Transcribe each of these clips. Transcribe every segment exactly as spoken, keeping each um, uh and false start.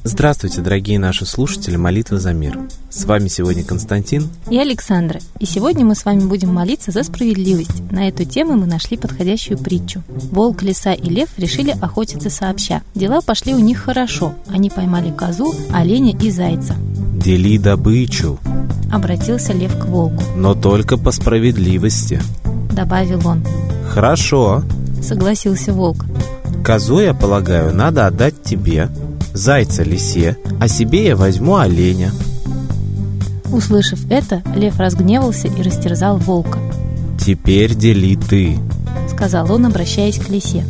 Здравствуйте, дорогие наши слушатели «Молитвы за мир». С вами сегодня Константин и Александра. И сегодня мы с вами будем молиться за справедливость. На эту тему мы нашли подходящую притчу. Волк, лиса и лев решили охотиться сообща. Дела пошли у них хорошо. Они поймали козу, оленя и зайца. «Дели добычу», — обратился лев к волку. «но только по справедливости», — добавил он. «Хорошо», — согласился волк. «Козу, я полагаю, надо отдать тебе, зайца лисе, а себе я возьму оленя». Услышав это, лев разгневался и растерзал волка. «Теперь дели ты», — сказал он, обращаясь к лисе.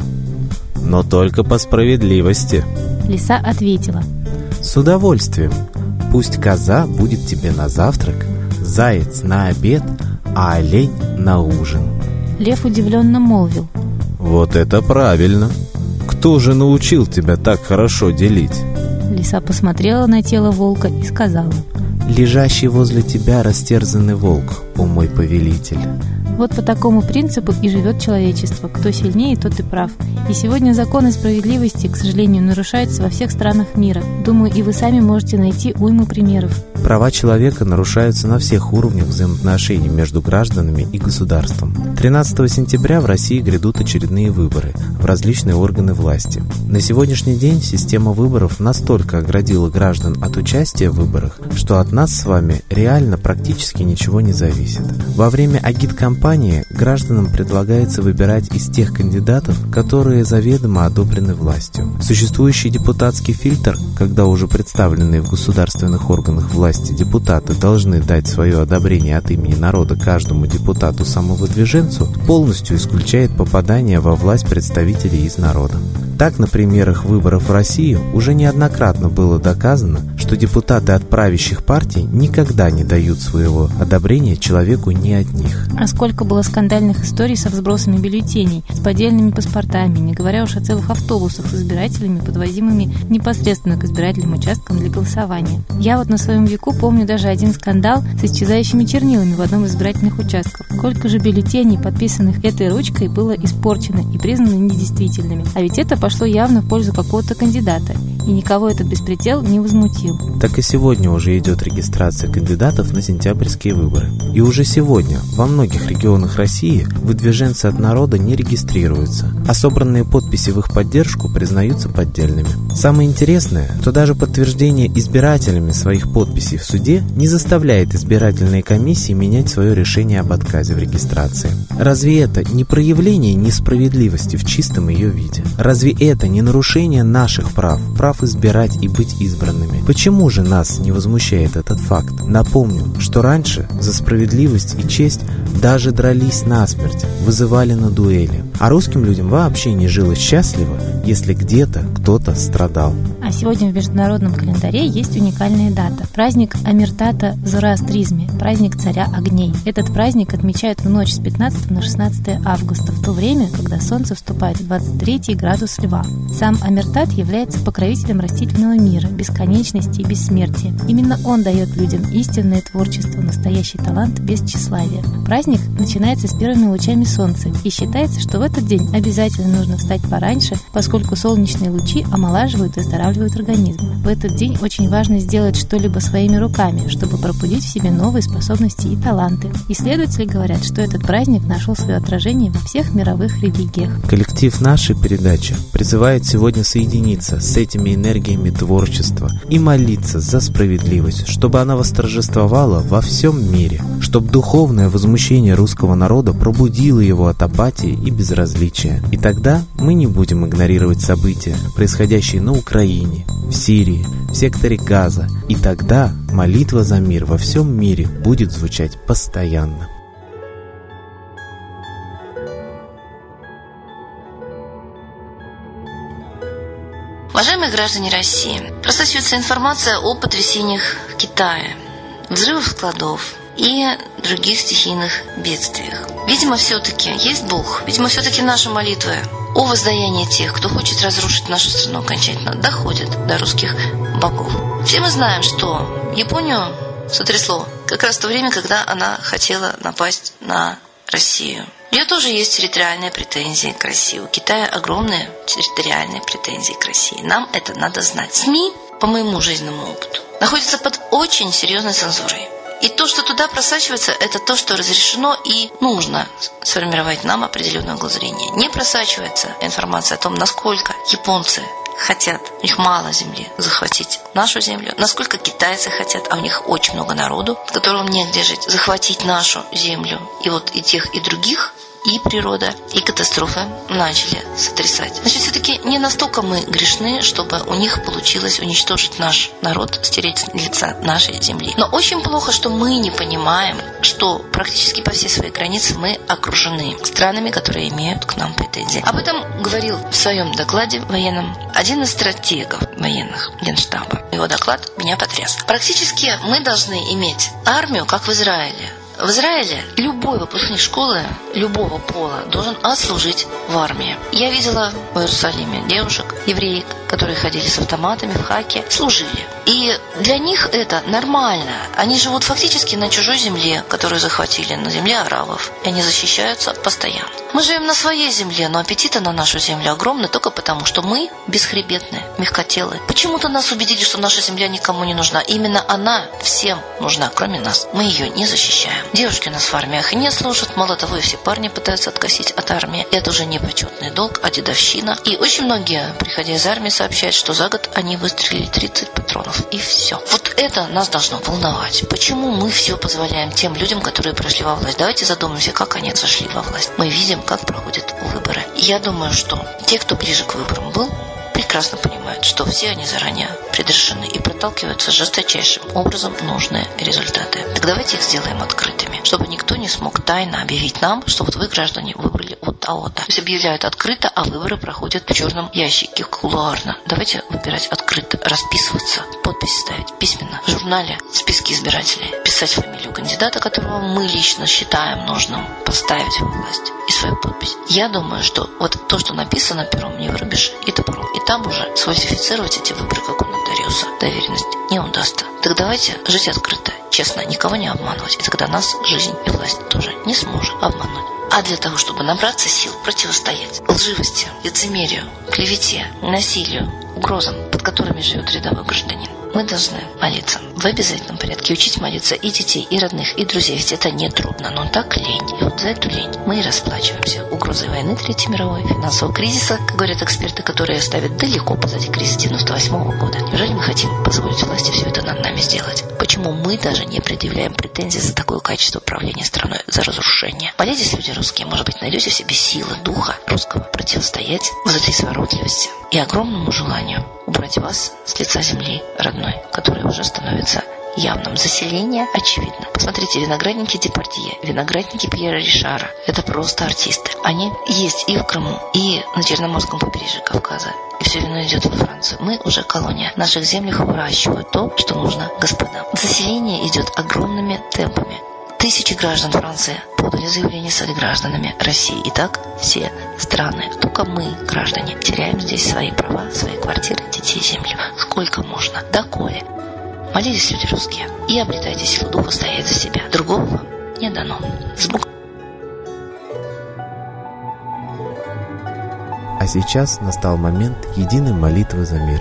«но только по справедливости». Лиса ответила: «С удовольствием. Пусть коза будет тебе на завтрак, заяц на обед, а олень на ужин». Лев удивленно молвил: «Вот это правильно! Кто же научил тебя так хорошо делить?» Лиса посмотрела на тело волка и сказала: «Лежащий возле тебя растерзанный волк, о мой повелитель». Вот по такому принципу и живет человечество. Кто сильнее, тот и прав. И сегодня законы справедливости, к сожалению, нарушаются во всех странах мира. Думаю, и вы сами можете найти уйму примеров. Права человека нарушаются на всех уровнях взаимоотношений между гражданами и государством. тринадцатого сентября в России грядут очередные выборы в различные органы власти. На сегодняшний день система выборов настолько оградила граждан от участия в выборах, что от нас с вами реально практически ничего не зависит. Во время агит-кампании гражданам предлагается выбирать из тех кандидатов, которые заведомо одобрены властью. Существующий депутатский фильтр, когда уже представленные в государственных органах власти депутаты должны дать свое одобрение от имени народа каждому депутату-самовыдвиженцу, полностью исключает попадание во власть представителей из народа. Так, на примерах выборов в России уже неоднократно было доказано, что депутаты от правящих партий никогда не дают своего одобрения человеку не от них. А сколько было скандальных историй со взбросами бюллетеней, с поддельными паспортами, не говоря уж о целых автобусах с избирателями, подвозимыми непосредственно к избирательным участкам для голосования. Я вот на своем веку помню даже один скандал с исчезающими чернилами в одном из избирательных участков. Сколько же бюллетеней, подписанных этой ручкой, было испорчено и признано недействительными. А ведь это пошло явно в пользу какого-то кандидата, и никого этот беспредел не возмутил. Так и сегодня уже идет регистрация кандидатов на сентябрьские выборы. И уже сегодня во многих регионах России выдвиженцы от народа не регистрируются, а собранные подписи в их поддержку признаются поддельными. Самое интересное, что даже подтверждение избирателями своих подписей в суде не заставляет избирательные комиссии менять свое решение об отказе в регистрации. Разве это не проявление несправедливости в чистом ее виде? Разве это не нарушение наших прав, прав избирать и быть избранными? Почему же нас не возмущает этот факт? Напомню, что раньше за справедливость и честь даже дрались насмерть, вызывали на дуэли. А русским людям вообще не жилось счастливо, если где-то кто-то страдал. А сегодня в международном календаре есть уникальная дата. Праздник Амиртата в зороастризме, праздник царя огней. Этот праздник отмечают в ночь с пятнадцатого на шестнадцатое августа, в то время, когда солнце вступает в двадцать третий градус льва. Сам Амиртат является покровителем растительного мира, бесконечности и бессмертия. Именно он дает людям истинное творчество, настоящий талант без тщеславия. Праздник начинается с первыми лучами солнца, и считается, что в этот день обязательно нужно встать пораньше, поскольку солнечные лучи омолаживают и оздоравливают организм. В этот день очень важно сделать что-либо своими руками, чтобы пробудить в себе новые способности и таланты. Исследователи говорят, что этот праздник нашел свое отражение во всех мировых религиях. Коллектив нашей передачи призывает сегодня соединиться с этими энергиями творчества и молиться за справедливость, чтобы она восторжествовала во всем мире, чтобы духовное возмущение русского народа пробудило его от апатии и безразличия. И тогда мы не будем игнорировать события, происходящие на Украине, в Сирии, в секторе Газа. И тогда молитва за мир во всем мире будет звучать постоянно. Уважаемые граждане России, просачивается информация о потрясениях в Китае, взрывах складов и других стихийных бедствиях. Видимо, все-таки есть Бог, видимо, все-таки наши молитвы о воздаянии тех, кто хочет разрушить нашу страну окончательно, доходят до русских богов. Все мы знаем, что Японию сотрясло как раз в то время, когда она хотела напасть на Россию. У нее тоже есть территориальные претензии к России. У Китая огромные территориальные претензии к России. Нам это надо знать. СМИ по моему жизненному опыту, находится под очень серьезной цензурой. И то, что туда просачивается, это то, что разрешено и нужно сформировать нам определенное углозрение. Не просачивается информация о том, насколько японцы хотят, у них мало земли, захватить нашу землю, насколько китайцы хотят, а у них очень много народу, которым негде жить, захватить нашу землю. И вот и тех, и других, и природа, и катастрофы начали сотрясать. Значит, все-таки не настолько мы грешны, чтобы у них получилось уничтожить наш народ, стереть с лица нашей земли. Но очень плохо, что мы не понимаем, что практически по всей своей границе мы окружены странами, которые имеют к нам претензии. Об этом говорил в своем докладе военном один из стратегов военных Генштаба. Его доклад меня потряс. Практически мы должны иметь армию, как в Израиле. В Израиле любой выпускник школы любого пола должен отслужить в армии. Я видела в Иерусалиме девушек, евреек, которые ходили с автоматами в хаке, служили. И для них это нормально. Они живут фактически на чужой земле, которую захватили, на земле арабов. И они защищаются постоянно. Мы живем на своей земле, но аппетиты на нашу землю огромны только потому, что мы бесхребетные, мягкотелые. Почему-то нас убедили, что наша земля никому не нужна. Именно она всем нужна, кроме нас. Мы ее не защищаем. Девушки у нас в армиях не служат, мало того, и все парни пытаются откосить от армии. Это уже не почетный долг, а дедовщина. И очень многие, приходя из армии, сообщают, что за год они выстрелили тридцать патронов. И все. Вот это нас должно волновать. Почему мы все позволяем тем людям, которые прошли во власть? Давайте задумаемся, как они зашли во власть. Мы видим, как проходят выборы. Я думаю, что те, кто ближе к выборам был, прекрасно понимают, что все они заранее предрешены и проталкиваются жесточайшим образом нужные результаты. Так давайте их сделаем открытыми, чтобы никто не смог тайно объявить нам, что вот вы, граждане, выбрали вот того-то. То есть объявляют открыто, а выборы проходят в черном ящике, кулуарно. Давайте выбирать открыто, расписываться, подписи ставить письменно, в журнале, списки избирателей, писать фамилию кандидата, которого мы лично считаем нужным поставить во власть, и свою подпись. Я думаю, что вот то, что написано пером, не вырубишь и топором. И там уже сфальсифицировать эти выборы, как у нотариуса, доверенность не удастся. Так давайте жить открыто, честно, никого не обманывать. И тогда нас жизнь и власть тоже не сможет обмануть. А для того, чтобы набраться сил противостоять лживости, лицемерию, клевете, насилию, угрозам, под которыми живет рядовой гражданин, мы должны молиться в обязательном порядке, учить молиться и детей, и родных, и друзей. Ведь это не трудно, но так лень. И вот за эту лень мы и расплачиваемся. Угрозой войны Третьей мировой, финансового кризиса, как говорят эксперты, которые ставят далеко позади кризис девяносто восьмого года. Неужели мы хотим позволить власти все это над нами сделать? Почему мы даже не предъявляем претензий за такое качество управления страной, за разрушение? Молитесь, люди русские, может быть, найдете в себе силы духа русского противостоять вот этой изворотливости и огромному желанию убрать вас с лица земли родной, которая уже становится явным. Заселение очевидно. Посмотрите, виноградники Депардье, виноградники Пьера Ришара. Это просто артисты. Они есть и в Крыму, и на Черноморском побережье Кавказа. И все вино идет во Францию. Мы уже колония. В наших землях выращивают то, что нужно господам. Заселение идет огромными темпами. Тысячи граждан Франции подали заявление стать гражданами России. И так все страны. Только мы, граждане, теряем здесь свои права, свои квартиры, детей, землю. Сколько можно? Доколе? Молитесь, люди русские, и обретайте силу духа стоять за себя. Другого вам не дано. С Богом. А сейчас настал момент единой молитвы за мир.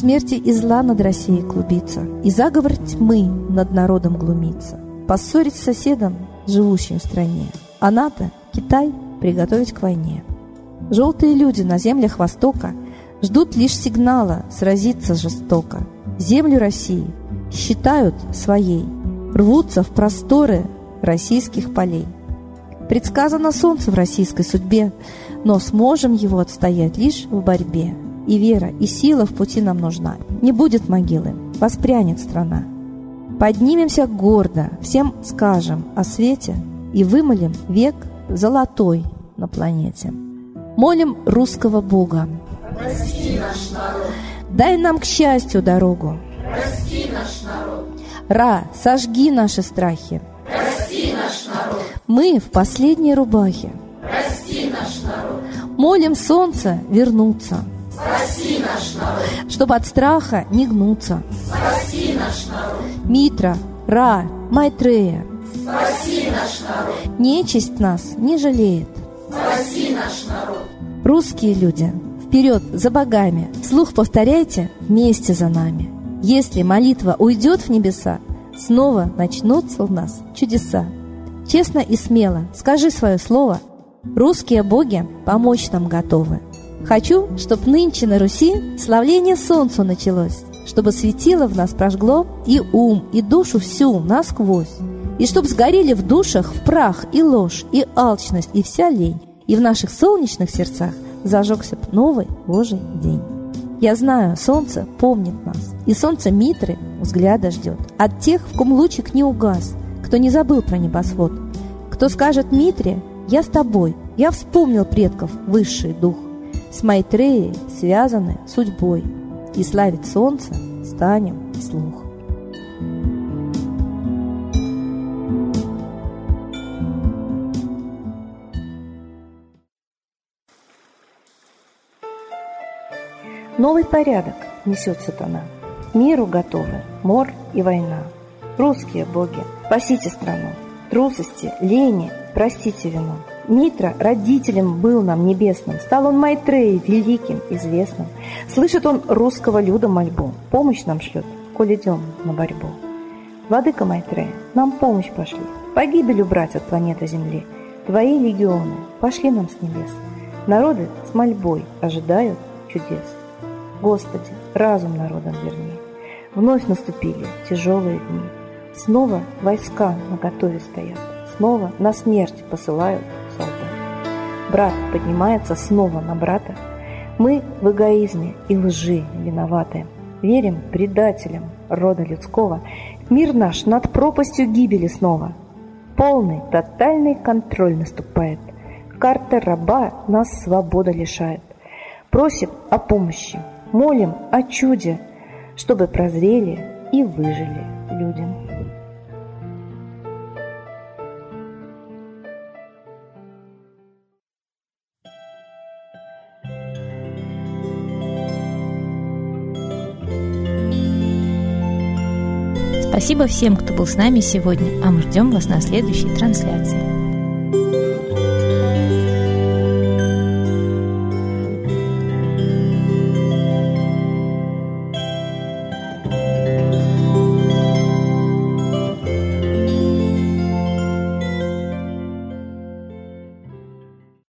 смерти и зла над Россией клубится, и заговор тьмы над народом глумится. Поссорить с соседом, живущим в стране, а НАТО, Китай, приготовить к войне. Желтые люди на землях Востока ждут лишь сигнала сразиться жестоко. Землю России считают своей, рвутся в просторы российских полей. Предсказано солнце в российской судьбе, но сможем его отстоять лишь в борьбе. И вера, и сила в пути нам нужна. Не будет могилы, воспрянет страна. Поднимемся гордо, всем скажем о свете и вымолим век золотой на планете. Молим русского Бога. Прости наш народ. Дай нам к счастью дорогу. Прости наш народ. Ра, сожги наши страхи. Прости наш народ. Мы в последней рубахе. Прости наш народ. Молим солнце вернуться. Спаси наш народ. Чтоб от страха не гнуться. Спаси наш народ. Митра, Ра, Майтрея. Спаси наш народ. Нечисть нас не жалеет. Спаси наш народ. Русские люди, вперед за богами. Вслух повторяйте вместе за нами. Если молитва уйдет в небеса, снова начнутся у нас чудеса. Честно и смело скажи свое слово. Русские боги помочь нам готовы. Хочу, чтоб нынче на Руси славление солнцу началось, чтобы светило в нас прожгло и ум, и душу всю насквозь, и чтоб сгорели в душах в прах и ложь, и алчность, и вся лень, и в наших солнечных сердцах зажегся б новый Божий день. Я знаю, солнце помнит нас, и солнце Митры взгляда ждет от тех, в ком лучик не угас, кто не забыл про небосвод, кто скажет Митре: «Я с тобой, я вспомнил предков высший дух». С Майтреей связаны судьбой, и славить солнце станем вслух. Новый порядок несет сатана. Миру готовы мор и война. Русские боги, спасите страну. Трусости, лени, простите вину. Митра родителем был нам небесным, стал он Майтреей великим, известным. Слышит он русского люда мольбу, помощь нам шлет, коль идем на борьбу. Владыка Майтрея, нам помощь пошли, погибель убрать от планеты Земли. Твои легионы пошли нам с небес, народы с мольбой ожидают чудес. Господи, разум народам верни, вновь наступили тяжелые дни. Снова войска наготове стоят, снова на смерть посылают солдат. Брат поднимается снова на брата. Мы в эгоизме и лжи виноваты. Верим предателям рода людского. Мир наш над пропастью гибели снова. Полный, тотальный контроль наступает. Карта раба нас свобода лишает. Просим о помощи, молим о чуде, чтобы прозрели и выжили людям. Спасибо всем, кто был с нами сегодня, а мы ждем вас на следующей трансляции.